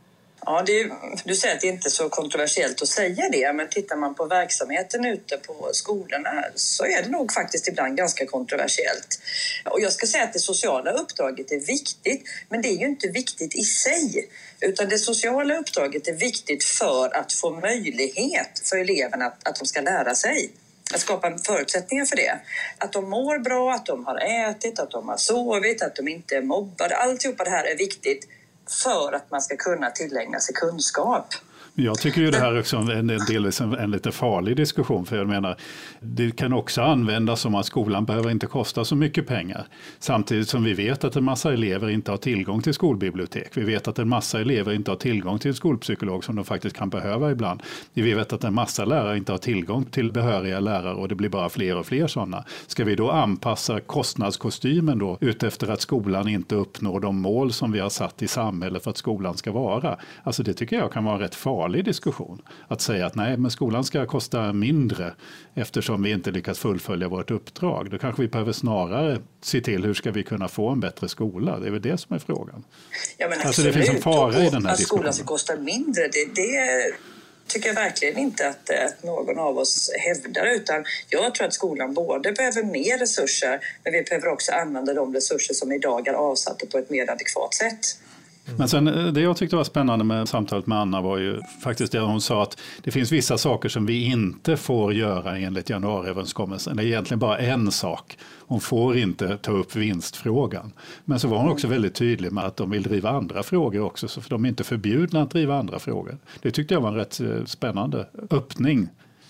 Ja, det är, du säger att det inte är så kontroversiellt att säga det, men tittar man på verksamheten ute på skolorna så är det nog faktiskt ibland ganska kontroversiellt. Och jag ska säga att det sociala uppdraget är viktigt, men det är ju inte viktigt i sig, utan det sociala uppdraget är viktigt för att få möjlighet för eleverna att, att de ska lära sig. Att skapa förutsättningar för det. Att de mår bra, att de har ätit, att de har sovit, att de inte är mobbade. Alltihopa det här är viktigt för att man ska kunna tillägna sig kunskap. Jag tycker ju det här också är en, delvis en, en lite farlig diskussion, för jag menar, det kan också användas som att skolan behöver inte kosta så mycket pengar. Samtidigt som vi vet att en massa elever inte har tillgång till skolbibliotek. Vi vet att en massa elever inte har tillgång till en skolpsykolog som de faktiskt kan behöva ibland. Vi vet att en massa lärare inte har tillgång till behöriga lärare och det blir bara fler och fler sådana. Ska vi då anpassa kostnadskostymen då utefter att skolan inte uppnår de mål som vi har satt i samhället för att skolan ska vara? Alltså det tycker jag kan vara rätt farligt. Diskussion. Att säga att nej, men skolan ska kosta mindre eftersom vi inte lyckas fullfölja vårt uppdrag. Då kanske vi behöver snarare se till hur ska vi kunna få en bättre skola. Det är väl det som är frågan. Ja, men alltså det finns en fara i den här att diskussionen. Skolan ska kosta mindre, det, det tycker jag verkligen inte att, att någon av oss hävdar, utan jag tror att skolan både behöver mer resurser, men vi behöver också använda de resurser som idag är avsatta på ett mer adekvat sätt. Men sen, det jag tyckte var spännande med samtalet med Anna var ju faktiskt det hon sa att det finns vissa saker som vi inte får göra enligt januariöverenskommelsen. Det är egentligen bara en sak. Hon får inte ta upp vinstfrågan. Men så var hon också väldigt tydlig med att de vill driva andra frågor också, så för de är inte förbjudna att driva andra frågor. Det tyckte jag var en rätt spännande öppning.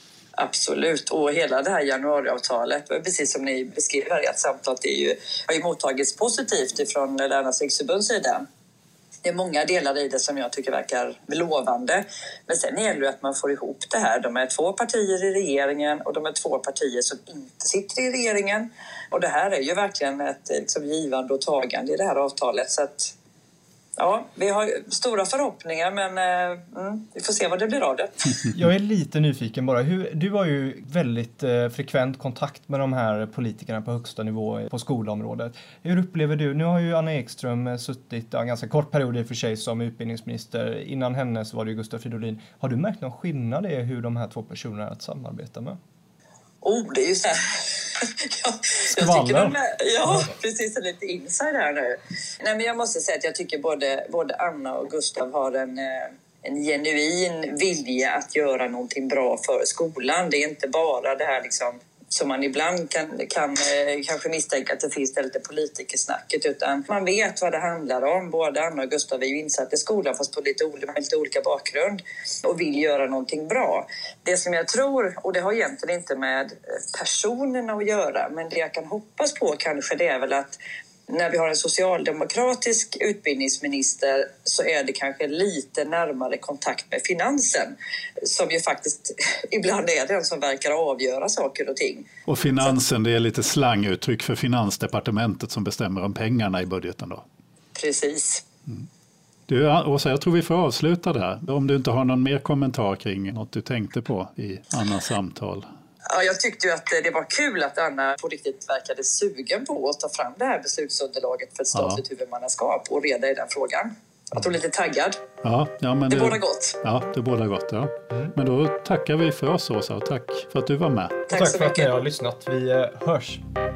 Absolut, och hela det här januariavtalet, precis som ni beskriver i ett samtal, det är ju, har ju mottagits positivt från Lärarnas riksförbunds sida. Det är många delar i det som jag tycker verkar lovande. Men sen gäller det att man får ihop det här. De är två partier i regeringen och de är två partier som inte sitter i regeringen. Och det här är ju verkligen ett liksom, givande och tagande i det här avtalet. Så att, ja, vi har stora förhoppningar, men eh, mm, vi får se vad det blir av det. Jag är lite nyfiken bara. Hur, du har ju väldigt eh, frekvent kontakt med de här politikerna på högsta nivå på skolområdet. Hur upplever du? Nu har ju Anna Ekström suttit en ganska kort period i och för sig som utbildningsminister. Innan henne så var det ju Gustav Fridolin. Har du märkt någon skillnad i hur de här två personerna är att samarbeta med? Oh, det är ju så här. ja, jag tycker de är, ja, precis, en lite inside här nu. Nej, men jag måste säga att jag tycker både, både Anna och Gustav har en, en genuin vilja att göra någonting bra för skolan. Det är inte bara det här liksom, som man ibland kan, kan eh, kanske misstänka att det finns det lite politikersnacket, utan man vet vad det handlar om. Både Anna och Gustav är ju insatt i skolan fast på lite olika, lite olika bakgrund och vill göra någonting bra. Det som jag tror, och det har egentligen inte med personerna att göra, men det jag kan hoppas på kanske det är väl att när vi har en socialdemokratisk utbildningsminister så är det kanske lite närmare kontakt med finansen, som ju faktiskt ibland är den som verkar avgöra saker och ting. Och finansen, det är lite slanguttryck för Finansdepartementet som bestämmer om pengarna i budgeten då? Precis. Mm. Du, Åsa, jag tror vi får avsluta där. Om du inte har någon mer kommentar kring något du tänkte på i Annas samtal. Ja, jag tyckte ju att det var kul att Anna på riktigt verkade sugen på att ta fram det här beslutsunderlaget för ett statligt ja. huvudmannaskap och reda i den frågan. Att hon är lite taggad. Ja, ja, men det, det båda gott. Ja, det båda gott. Ja. Mm. Men då tackar vi för oss, Åsa, och tack för att du var med. Tack, tack så för mycket. Att ni har lyssnat. Vi hörs.